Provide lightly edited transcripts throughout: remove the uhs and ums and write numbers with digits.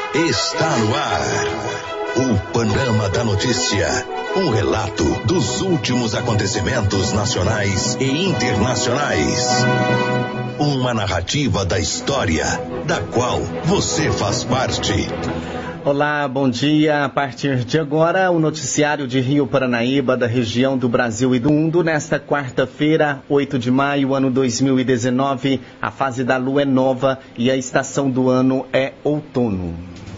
Está no ar o Panorama da Notícia, um relato dos últimos acontecimentos nacionais e internacionais. Uma narrativa da história, da qual você faz parte. Olá, bom dia. A partir de agora, o noticiário de Rio Paranaíba, da região do Brasil e do mundo, nesta quarta-feira, 8 de maio, ano 2019. A fase da lua é nova e a estação do ano é outono.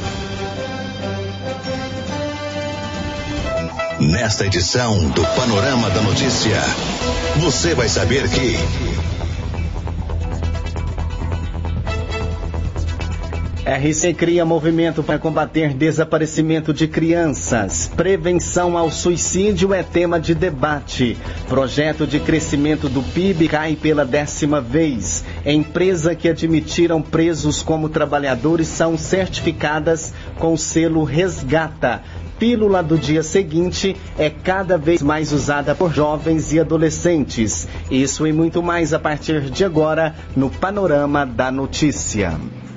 Nesta edição do Panorama da Notícia, você vai saber que... RC cria movimento para combater desaparecimento de crianças. Prevenção ao suicídio é tema de debate. Projeto de crescimento do PIB cai pela 10ª vez. Empresa que admitiram presos como trabalhadores são certificadas com o selo Resgata. Pílula do dia seguinte é cada vez mais usada por jovens e adolescentes. Isso e muito mais a partir de agora no Panorama da Notícia.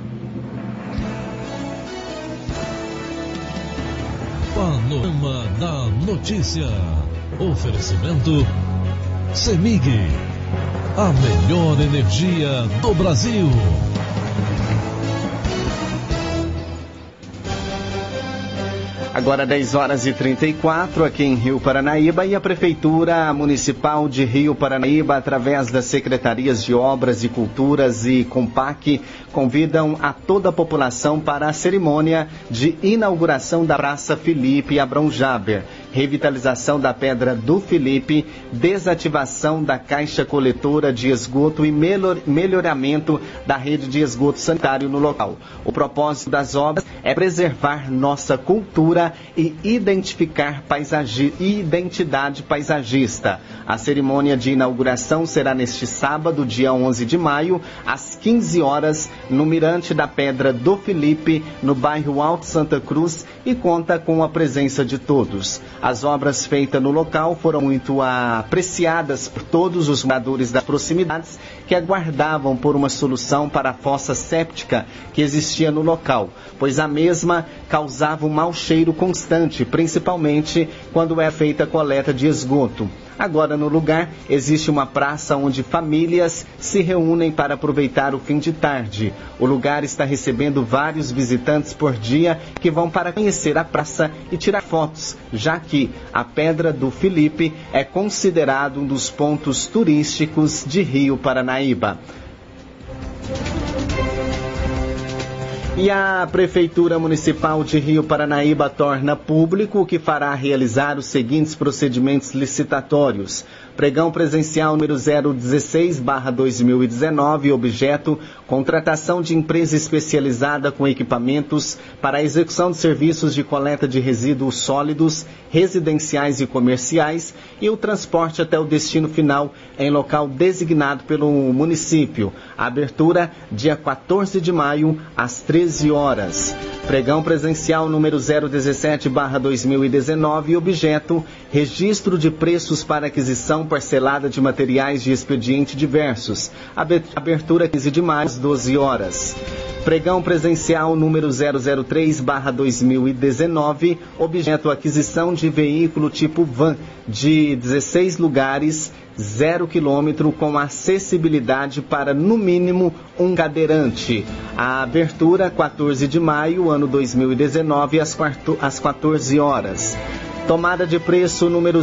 Panorama da Notícia. Oferecimento CEMIG, a melhor energia do Brasil. Agora 10h34 aqui em Rio Paranaíba, e a Prefeitura Municipal de Rio Paranaíba, através das Secretarias de Obras e Culturas e Compac, convidam a toda a população para a cerimônia de inauguração da Praça Felipe Abrão Jaber, revitalização da Pedra do Felipe, desativação da caixa coletora de esgoto e melhoramento da rede de esgoto sanitário no local. O propósito das obras é preservar nossa cultura e identificar identidade paisagista. A cerimônia de inauguração será neste sábado, dia 11 de maio, às 15 horas, no Mirante da Pedra do Felipe, no bairro Alto Santa Cruz, e conta com a presença de todos. As obras feitas no local foram muito apreciadas por todos os moradores das proximidades, que aguardavam por uma solução para a fossa séptica que existia no local, pois a mesma causava um mau cheiro constante, principalmente quando é feita a coleta de esgoto. Agora, no lugar, existe uma praça onde famílias se reúnem para aproveitar o fim de tarde. O lugar está recebendo vários visitantes por dia que vão para conhecer a praça e tirar fotos, já que a Pedra do Felipe é considerado um dos pontos turísticos de Rio Paranaíba. E a Prefeitura Municipal de Rio Paranaíba torna público que fará realizar os seguintes procedimentos licitatórios. Pregão presencial número 016/2019, objeto: contratação de empresa especializada com equipamentos para a execução de serviços de coleta de resíduos sólidos, residenciais e comerciais, e o transporte até o destino final em local designado pelo município. Abertura dia 14 de maio, às 13 horas. Pregão presencial número 017/2019, objeto: registro de preços para aquisição parcelada de materiais de expediente diversos. Abertura 15 de maio, às 12 horas. Pregão presencial número 003/2019, objeto: aquisição de veículo tipo van de 16 lugares, 0 km, com acessibilidade para no mínimo um cadeirante. A abertura 14 de maio, ano 2019, às 14 horas. Tomada de preço número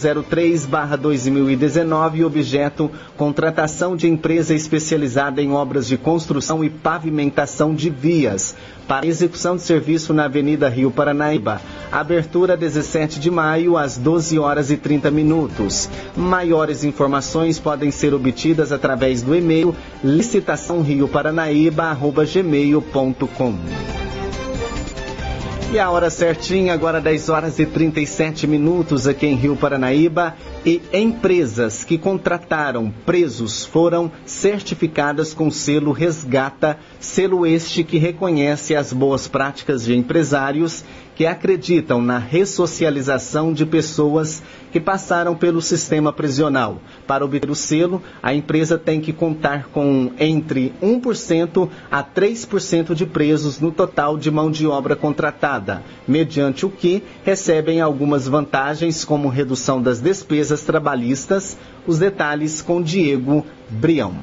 003/2019, objeto: contratação de empresa especializada em obras de construção e pavimentação de vias para execução de serviço na Avenida Rio Paranaíba. Abertura 17 de maio, às 12h30. Maiores informações podem ser obtidas através do e-mail licitaçãorioparanaíba@gmail.com. E a hora certinha, agora 10h37 aqui em Rio Paranaíba. E empresas que contrataram presos foram certificadas com selo Resgata, selo este que reconhece as boas práticas de empresários que acreditam na ressocialização de pessoas que passaram pelo sistema prisional. Para obter o selo, a empresa tem que contar com entre 1% a 3% de presos no total de mão de obra contratada, mediante o que recebem algumas vantagens, como redução das despesas trabalhistas. Os detalhes com Diego Brião.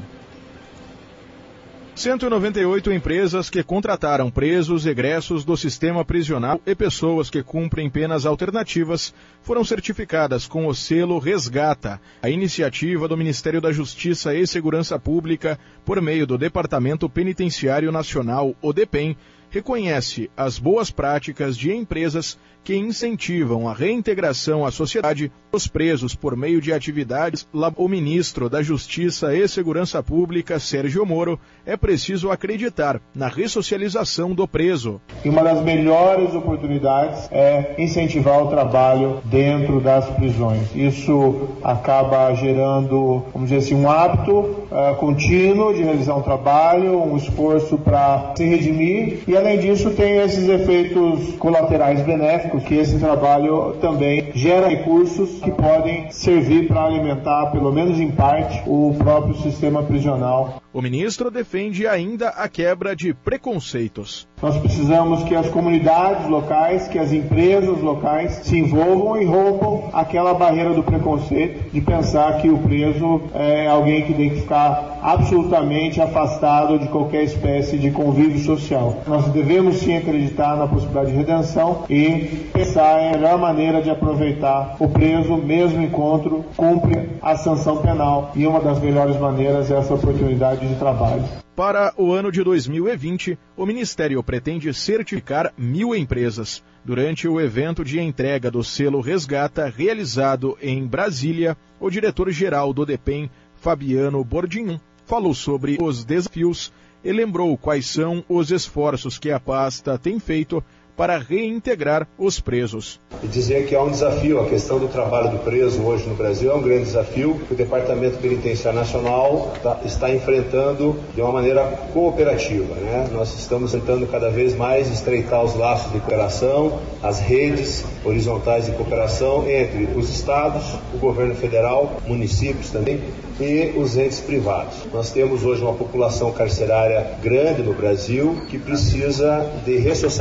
198 empresas que contrataram presos, egressos do sistema prisional e pessoas que cumprem penas alternativas foram certificadas com o selo Resgata, a iniciativa do Ministério da Justiça e Segurança Pública, por meio do Departamento Penitenciário Nacional, o DEPEN, reconhece as boas práticas de empresas que incentivam a reintegração à sociedade dos presos por meio de atividades. O ministro da Justiça e Segurança Pública, Sérgio Moro, é preciso acreditar na ressocialização do preso. E uma das melhores oportunidades é incentivar o trabalho dentro das prisões. Isso acaba gerando, vamos dizer assim, um hábito contínuo de realizar um trabalho, um esforço para se redimir, e além disso tem esses efeitos colaterais benéficos, que esse trabalho também gera recursos que podem servir para alimentar, pelo menos em parte, o próprio sistema prisional. O ministro defende ainda a quebra de preconceitos. Nós precisamos que as comunidades locais, que as empresas locais se envolvam e rompam aquela barreira do preconceito, de pensar que o preso é alguém que tem que ficar absolutamente afastado de qualquer espécie de convívio social. Nós devemos sim acreditar na possibilidade de redenção e pensar em a melhor maneira de aproveitar o preso, mesmo enquanto cumpre a sanção penal. E uma das melhores maneiras é essa oportunidade de trabalho. Para o ano de 2020, o Ministério pretende certificar 1.000 empresas. Durante o evento de entrega do selo Resgata, realizado em Brasília, o diretor-geral do DEPEN, Fabiano Bordignon, falou sobre os desafios e lembrou quais são os esforços que a pasta tem feito para reintegrar os presos. E dizer que há um desafio, a questão do trabalho do preso hoje no Brasil é um grande desafio que o Departamento Penitenciário Nacional está enfrentando de uma maneira cooperativa, né? Nós estamos tentando cada vez mais estreitar os laços de cooperação, as redes horizontais de cooperação entre os estados, o governo federal, municípios também, e os entes privados. Nós temos hoje uma população carcerária grande no Brasil que precisa de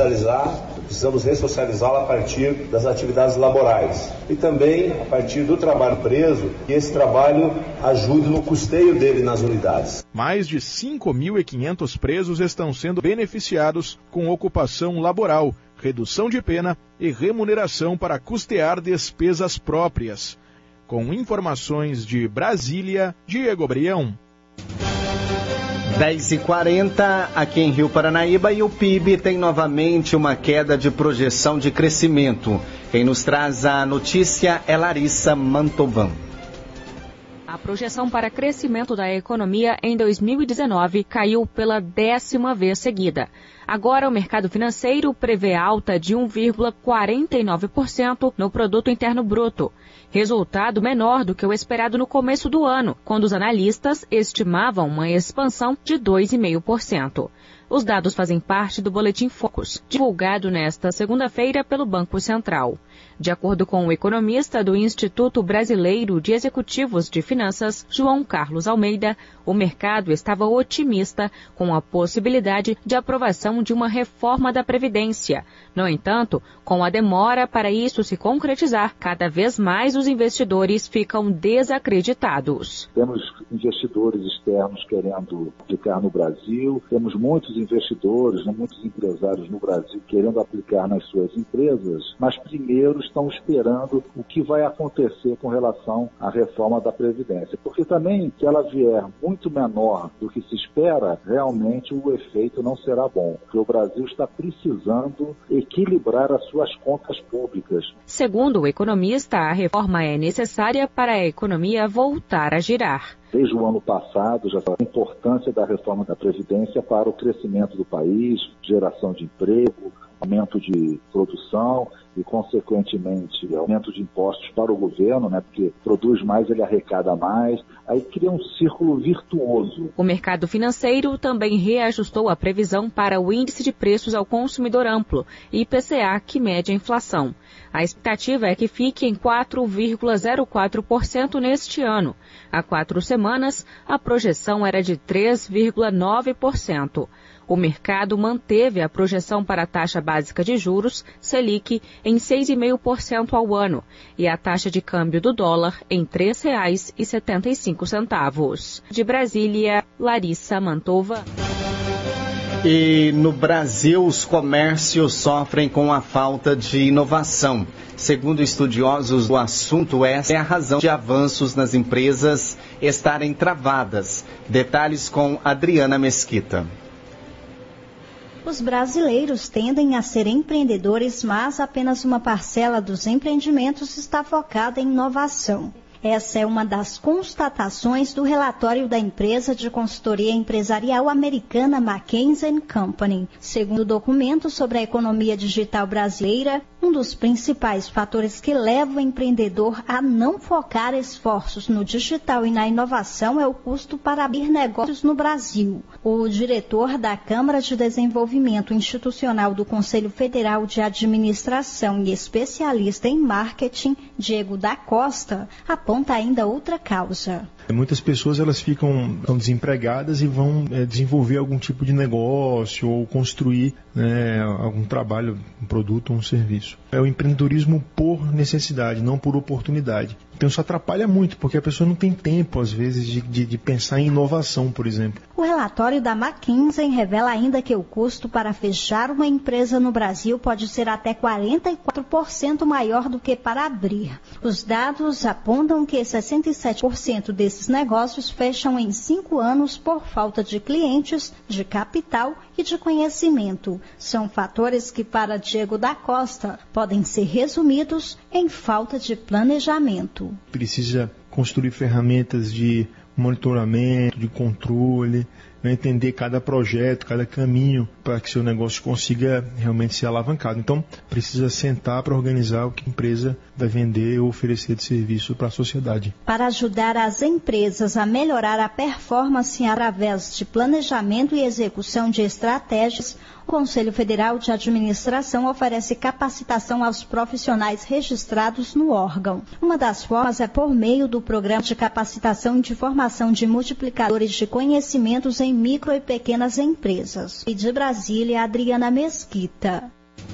precisamos ressocializá-la a partir das atividades laborais e também a partir do trabalho preso, que esse trabalho ajude no custeio dele nas unidades. Mais de 5.500 presos estão sendo beneficiados com ocupação laboral, redução de pena e remuneração para custear despesas próprias. Com informações de Brasília, Diego Brião. 10h40 aqui em Rio Paranaíba, e o PIB tem novamente uma queda de projeção de crescimento. Quem nos traz a notícia é Larissa Mantovan. A projeção para crescimento da economia em 2019 caiu pela 10ª vez seguida. Agora, o mercado financeiro prevê alta de 1,49% no Produto Interno Bruto, resultado menor do que o esperado no começo do ano, quando os analistas estimavam uma expansão de 2,5%. Os dados fazem parte do Boletim Focus, divulgado nesta segunda-feira pelo Banco Central. De acordo com o economista do Instituto Brasileiro de Executivos de Finanças, João Carlos Almeida, o mercado estava otimista com a possibilidade de aprovação de uma reforma da Previdência. No entanto, com a demora para isso se concretizar, cada vez mais os investidores ficam desacreditados. Temos investidores externos querendo aplicar no Brasil, temos muitos investidores, muitos empresários no Brasil querendo aplicar nas suas empresas, mas primeiro estão esperando o que vai acontecer com relação à reforma da Previdência. Porque também, se ela vier muito menor do que se espera, realmente o efeito não será bom. Porque o Brasil está precisando equilibrar as suas contas públicas. Segundo o economista, a reforma é necessária para a economia voltar a girar. Desde o ano passado, já a importância da reforma da Previdência para o crescimento do país, geração de emprego, aumento de produção e, consequentemente, aumento de impostos para o governo, né? Porque produz mais, ele arrecada mais. Aí cria um círculo virtuoso. O mercado financeiro também reajustou a previsão para o Índice de Preços ao Consumidor Amplo, IPCA, que mede a inflação. A expectativa é que fique em 4,04% neste ano. Há 4 semanas, a projeção era de 3,9%. O mercado manteve a projeção para a taxa básica de juros, Selic, em 6,5% ao ano e a taxa de câmbio do dólar em R$ 3,75. De Brasília, Larissa Mantova. E no Brasil, os comércios sofrem com a falta de inovação. Segundo estudiosos do assunto, essa é a razão de avanços nas empresas estarem travadas. Detalhes com Adriana Mesquita. Os brasileiros tendem a ser empreendedores, mas apenas uma parcela dos empreendimentos está focada em inovação. Essa é uma das constatações do relatório da empresa de consultoria empresarial americana McKinsey & Company. Segundo o documento sobre a economia digital brasileira, um dos principais fatores que leva o empreendedor a não focar esforços no digital e na inovação é o custo para abrir negócios no Brasil. O diretor da Câmara de Desenvolvimento Institucional do Conselho Federal de Administração e especialista em marketing, Diego da Costa, aponta ainda outra causa. Muitas pessoas elas ficam desempregadas e vão desenvolver algum tipo de negócio ou construir algum trabalho, um produto ou um serviço. É o empreendedorismo por necessidade, não por oportunidade. Então isso atrapalha muito, porque a pessoa não tem tempo, às vezes, de pensar em inovação, por exemplo. O relatório da McKinsey revela ainda que o custo para fechar uma empresa no Brasil pode ser até 44% maior do que para abrir. Os dados apontam que 67% desses negócios fecham em 5 anos por falta de clientes, de capital e de conhecimento. São fatores que, para Diego da Costa, podem ser resumidos em falta de planejamento. Precisa construir ferramentas de monitoramento, de controle, entender cada projeto, cada caminho para que seu negócio consiga realmente ser alavancado. Então, precisa sentar para organizar o que a empresa vai vender ou oferecer de serviço para a sociedade. Para ajudar as empresas a melhorar a performance através de planejamento e execução de estratégias, o Conselho Federal de Administração oferece capacitação aos profissionais registrados no órgão. Uma das formas é por meio do Programa de Capacitação e de Formação de Multiplicadores de Conhecimentos em Micro e Pequenas Empresas. E de Brasília, Adriana Mesquita.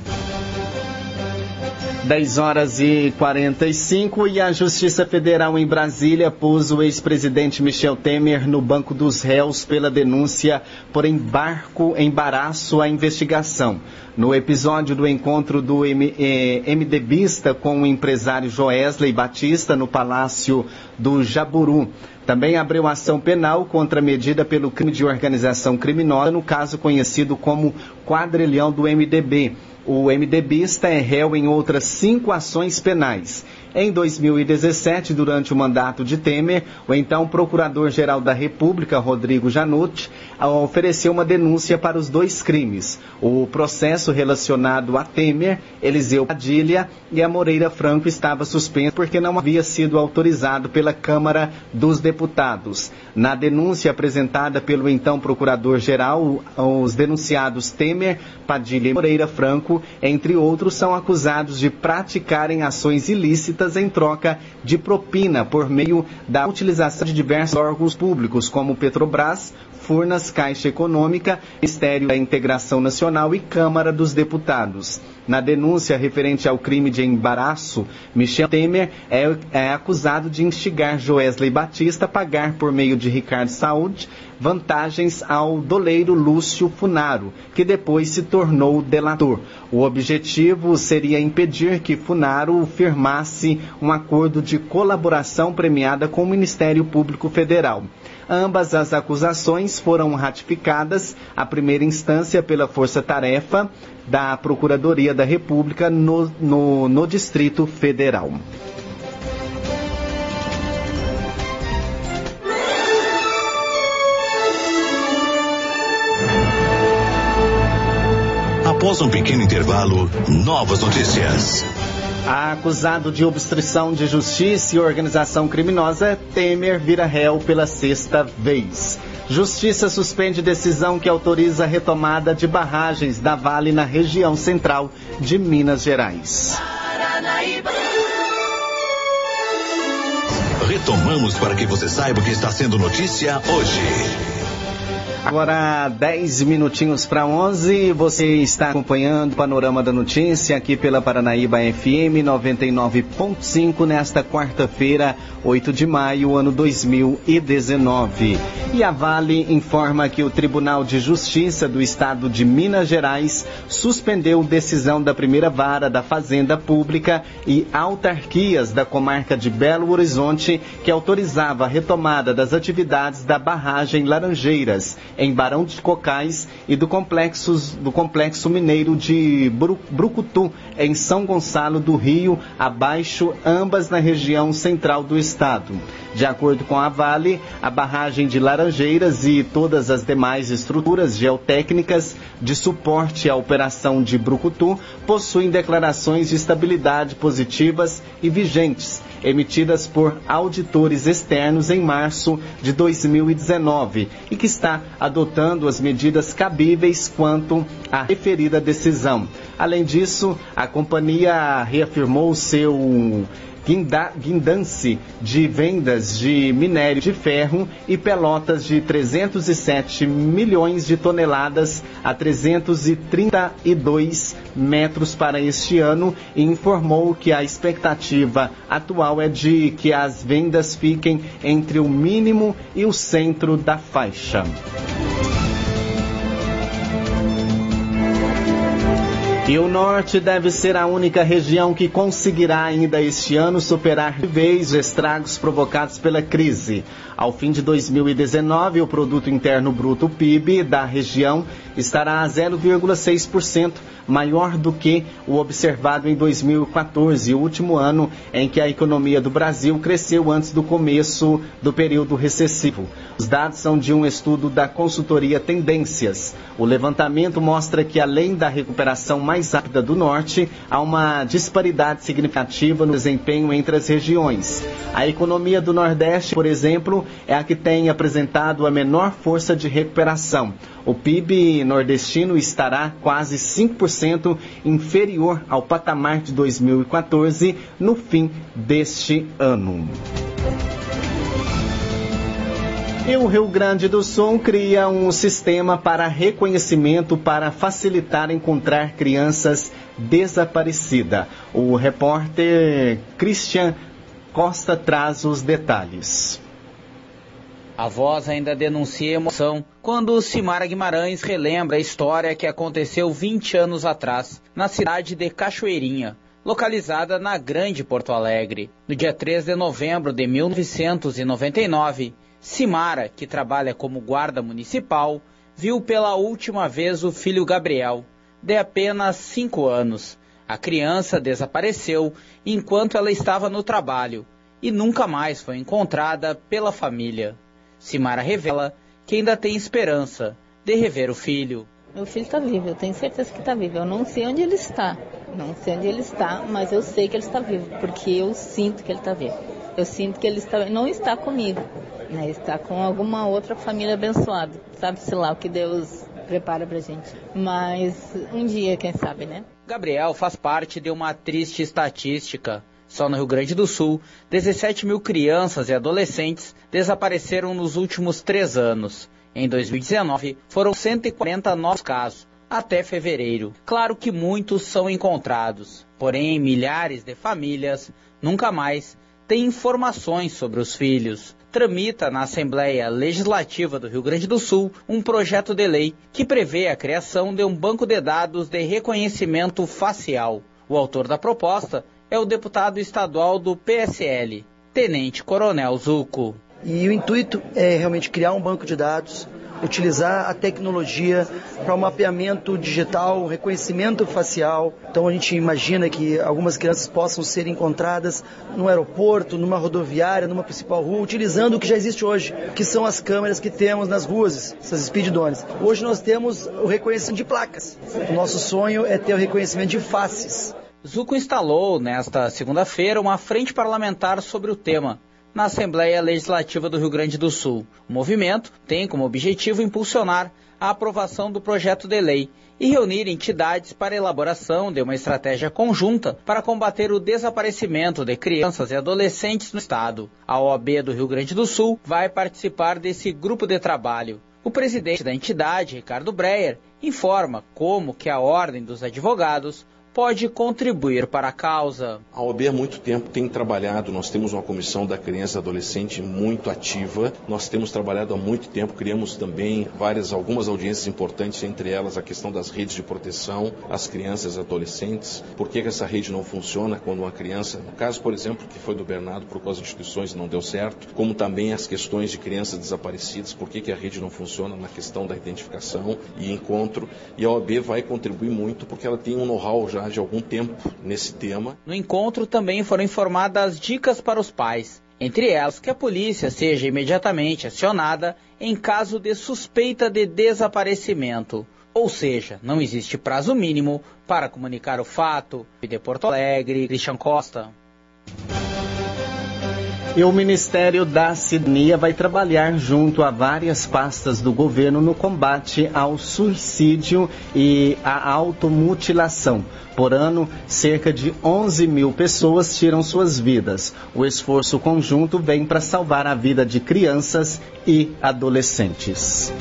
10h45 e a Justiça Federal em Brasília pôs o ex-presidente Michel Temer no banco dos réus pela denúncia por embaraço à investigação. No episódio do encontro do MDBista com o empresário Joesley Batista no Palácio do Jaburu. Também abriu ação penal contra a medida pelo crime de organização criminosa, no caso conhecido como Quadrilhão do MDB. O MDBista é réu em outras 5 ações penais. Em 2017, durante o mandato de Temer, o então Procurador-Geral da República, Rodrigo Janot, ofereceu uma denúncia para os 2 crimes. O processo relacionado a Temer, Eliseu Padilha e a Moreira Franco estava suspenso porque não havia sido autorizado pela Câmara dos Deputados. Na denúncia apresentada pelo então Procurador-Geral, os denunciados Temer, Padilha e Moreira Franco, entre outros, são acusados de praticarem ações ilícitas em troca de propina por meio da utilização de diversos órgãos públicos, como Petrobras, Furnas, Caixa Econômica, Ministério da Integração Nacional e Câmara dos Deputados. Na denúncia referente ao crime de embaraço, Michel Temer é acusado de instigar Joesley Batista a pagar por meio de Ricardo Saúde vantagens ao doleiro Lúcio Funaro, que depois se tornou delator. O objetivo seria impedir que Funaro firmasse um acordo de colaboração premiada com o Ministério Público Federal. Ambas as acusações foram ratificadas, a primeira instância pela Força-Tarefa da Procuradoria da República no Distrito Federal. Após um pequeno intervalo, novas notícias. Acusado de obstrução de justiça e organização criminosa, Temer vira réu pela 6ª vez. Justiça suspende decisão que autoriza a retomada de barragens da Vale na região central de Minas Gerais. Retomamos para que você saiba o que está sendo notícia hoje. Agora 10 minutinhos para 11, você está acompanhando o Panorama da Notícia aqui pela Paranaíba FM 99.5 nesta quarta-feira, 8 de maio, ano 2019. E a Vale informa que o Tribunal de Justiça do Estado de Minas Gerais suspendeu decisão da primeira vara da Fazenda Pública e autarquias da comarca de Belo Horizonte que autorizava a retomada das atividades da barragem Laranjeiras, em Barão de Cocais, e do complexo mineiro de Brucutu, em São Gonçalo do Rio, abaixo, ambas na região central do estado. De acordo com a Vale, a barragem de Laranjeiras e todas as demais estruturas geotécnicas de suporte à operação de Brucutu possuem declarações de estabilidade positivas e vigentes, emitidas por auditores externos em março de 2019 e que está adotando as medidas cabíveis quanto à referida decisão. Além disso, a companhia reafirmou seu guindance de vendas de minério de ferro e pelotas de 307 milhões de toneladas a 332 metros para este ano e informou que a expectativa atual é de que as vendas fiquem entre o mínimo e o centro da faixa. E o Norte deve ser a única região que conseguirá ainda este ano superar de vez os estragos provocados pela crise. Ao fim de 2019, o Produto Interno Bruto, PIB, da região estará a 0,6% maior do que o observado em 2014, o último ano em que a economia do Brasil cresceu antes do começo do período recessivo. Os dados são de um estudo da consultoria Tendências. O levantamento mostra que, além da recuperação mais rápida do Norte, há uma disparidade significativa no desempenho entre as regiões. A economia do Nordeste, por exemplo, é a que tem apresentado a menor força de recuperação. O PIB nordestino estará quase 5% inferior ao patamar de 2014 no fim deste ano. E o Rio Grande do Sul cria um sistema para reconhecimento para facilitar encontrar crianças desaparecidas. O repórter Christian Costa traz os detalhes. A voz ainda denuncia emoção quando Simara Guimarães relembra a história que aconteceu 20 anos atrás, na cidade de Cachoeirinha, localizada na Grande Porto Alegre. No dia 3 de novembro de 1999, Simara, que trabalha como guarda municipal, viu pela última vez o filho Gabriel, de apenas 5 anos. A criança desapareceu enquanto ela estava no trabalho e nunca mais foi encontrada pela família. Simara revela que ainda tem esperança de rever o filho. Meu filho está vivo, eu tenho certeza que está vivo. Eu não sei onde ele está, mas eu sei que ele está vivo, porque eu sinto que ele está vivo. Eu sinto que ele não está comigo, né? Está com alguma outra família abençoada. Sabe-se lá o que Deus prepara pra gente. Mas um dia, quem sabe, né? Gabriel faz parte de uma triste estatística. Só no Rio Grande do Sul, 17 mil crianças e adolescentes desapareceram nos últimos 3 anos. Em 2019, foram 140 novos casos, até fevereiro. Claro que muitos são encontrados, porém milhares de famílias nunca mais têm informações sobre os filhos. Tramita na Assembleia Legislativa do Rio Grande do Sul um projeto de lei que prevê a criação de um banco de dados de reconhecimento facial. O autor da proposta é o deputado estadual do PSL, Tenente Coronel Zucco. E o intuito é realmente criar um banco de dados utilizar a tecnologia para o mapeamento digital, reconhecimento facial. Então a gente imagina que algumas crianças possam ser encontradas no aeroporto, numa rodoviária, numa principal rua, utilizando o que já existe hoje, que são as câmeras que temos nas ruas, essas speeddones. Hoje nós temos o reconhecimento de placas. O nosso sonho é ter o reconhecimento de faces. Zucco instalou nesta segunda-feira uma frente parlamentar sobre o tema na Assembleia Legislativa do Rio Grande do Sul. O movimento tem como objetivo impulsionar a aprovação do projeto de lei e reunir entidades para a elaboração de uma estratégia conjunta para combater o desaparecimento de crianças e adolescentes no estado. A OAB do Rio Grande do Sul vai participar desse grupo de trabalho. O presidente da entidade, Ricardo Breyer, informa como que a Ordem dos Advogados pode contribuir para a causa. A OAB há muito tempo tem trabalhado, nós temos uma comissão da criança e adolescente muito ativa, nós temos trabalhado há muito tempo, criamos também algumas audiências importantes, entre elas a questão das redes de proteção às crianças e adolescentes. Por que essa rede não funciona quando uma criança, no caso, por exemplo, que foi do Bernardo, por causa de instituições não deu certo, como também as questões de crianças desaparecidas, por que a rede não funciona na questão da identificação e encontro, e a OAB vai contribuir muito porque ela tem um know-how já de algum tempo nesse tema. No encontro também foram informadas dicas para os pais, entre elas que a polícia seja imediatamente acionada em caso de suspeita de desaparecimento. Ou seja, não existe prazo mínimo para comunicar o fato. De Porto Alegre, Christian Costa. E o Ministério da Cidadania vai trabalhar junto a várias pastas do governo no combate ao suicídio e à automutilação. Por ano, cerca de 11 mil pessoas tiram suas vidas. O esforço conjunto vem para salvar a vida de crianças e adolescentes.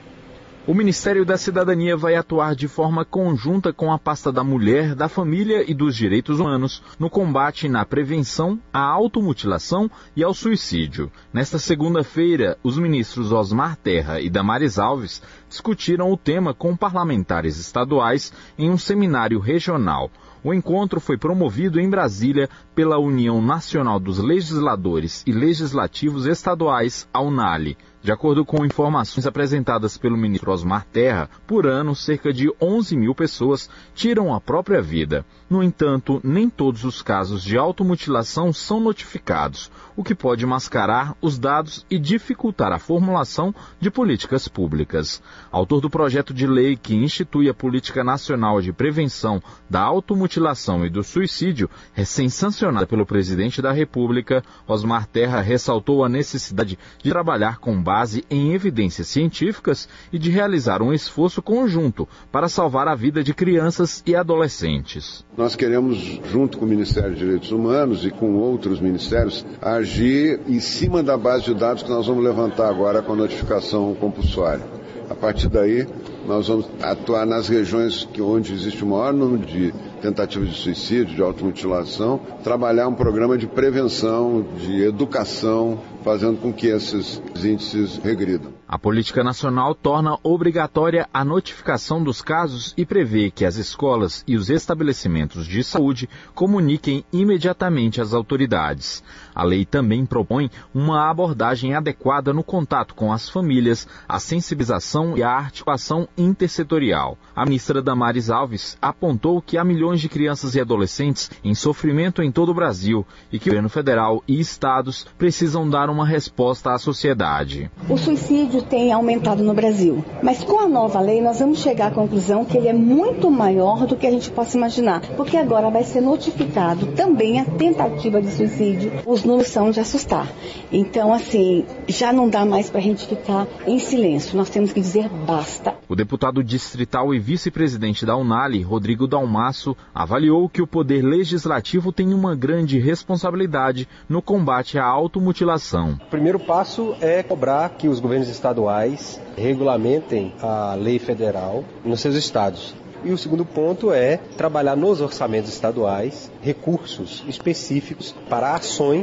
O Ministério da Cidadania vai atuar de forma conjunta com a pasta da Mulher, da Família e dos Direitos Humanos no combate na prevenção à automutilação e ao suicídio. Nesta segunda-feira, os ministros Osmar Terra e Damares Alves discutiram o tema com parlamentares estaduais em um seminário regional. O encontro foi promovido em Brasília pela União Nacional dos Legisladores e Legislativos Estaduais, a UNALE. De acordo com informações apresentadas pelo ministro Osmar Terra, por ano, cerca de 11 mil pessoas tiram a própria vida. No entanto, nem todos os casos de automutilação são notificados, o que pode mascarar os dados e dificultar a formulação de políticas públicas. Autor do projeto de lei que institui a Política Nacional de Prevenção da Automutilação e do Suicídio, recém-sancionada pelo presidente da República, Osmar Terra ressaltou a necessidade de trabalhar com base em evidências científicas e de realizar um esforço conjunto para salvar a vida de crianças e adolescentes. Nós queremos, junto com o Ministério dos Direitos Humanos e com outros ministérios, agir em cima da base de dados que nós vamos levantar agora com a notificação compulsória. A partir daí, nós vamos atuar nas regiões onde existe o maior número de tentativas de suicídio, de automutilação, trabalhar um programa de prevenção, de educação, fazendo com que esses índices regridam. A política nacional torna obrigatória a notificação dos casos e prevê que as escolas e os estabelecimentos de saúde comuniquem imediatamente às autoridades. A lei também propõe uma abordagem adequada no contato com as famílias, a sensibilização e a articulação intersetorial. A ministra Damares Alves apontou que há milhões de crianças e adolescentes em sofrimento em todo o Brasil e que o governo federal e estados precisam dar uma resposta à sociedade. O suicídio tem aumentado no Brasil, mas com a nova lei nós vamos chegar à conclusão que ele é muito maior do que a gente possa imaginar, porque agora vai ser notificado também a tentativa de suicídio. Os números são de assustar. Então, assim, já não dá mais para a gente ficar em silêncio, nós temos que dizer basta. O deputado distrital e vice-presidente da UNALE, Rodrigo Dalmasso, avaliou que o Poder Legislativo tem uma grande responsabilidade no combate à automutilação. O primeiro passo é cobrar que os governos estaduais regulamentem a lei federal nos seus estados. E o segundo ponto é trabalhar nos orçamentos estaduais recursos específicos para ações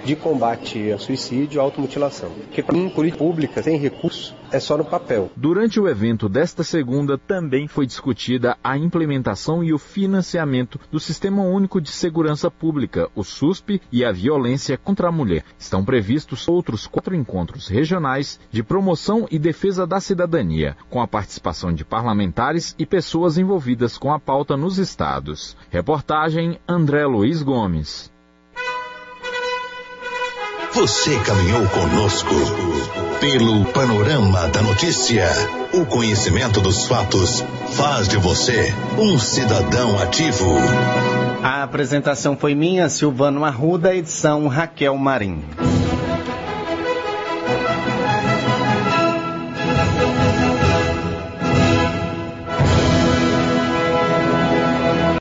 de combate ao suicídio e à automutilação. Porque, para mim, política pública sem recursos é só no papel. Durante o evento desta segunda, também foi discutida a implementação e o financiamento do Sistema Único de Segurança Pública, o SUSP, e a violência contra a mulher. Estão previstos outros 4 encontros regionais de promoção e defesa da cidadania, com a participação de parlamentares e pessoas envolvidas com a pauta nos estados. Reportagem André Luiz Gomes. Você caminhou conosco pelo panorama da notícia. O conhecimento dos fatos faz de você um cidadão ativo. A apresentação foi minha, Silvano Arruda, edição Raquel Marim.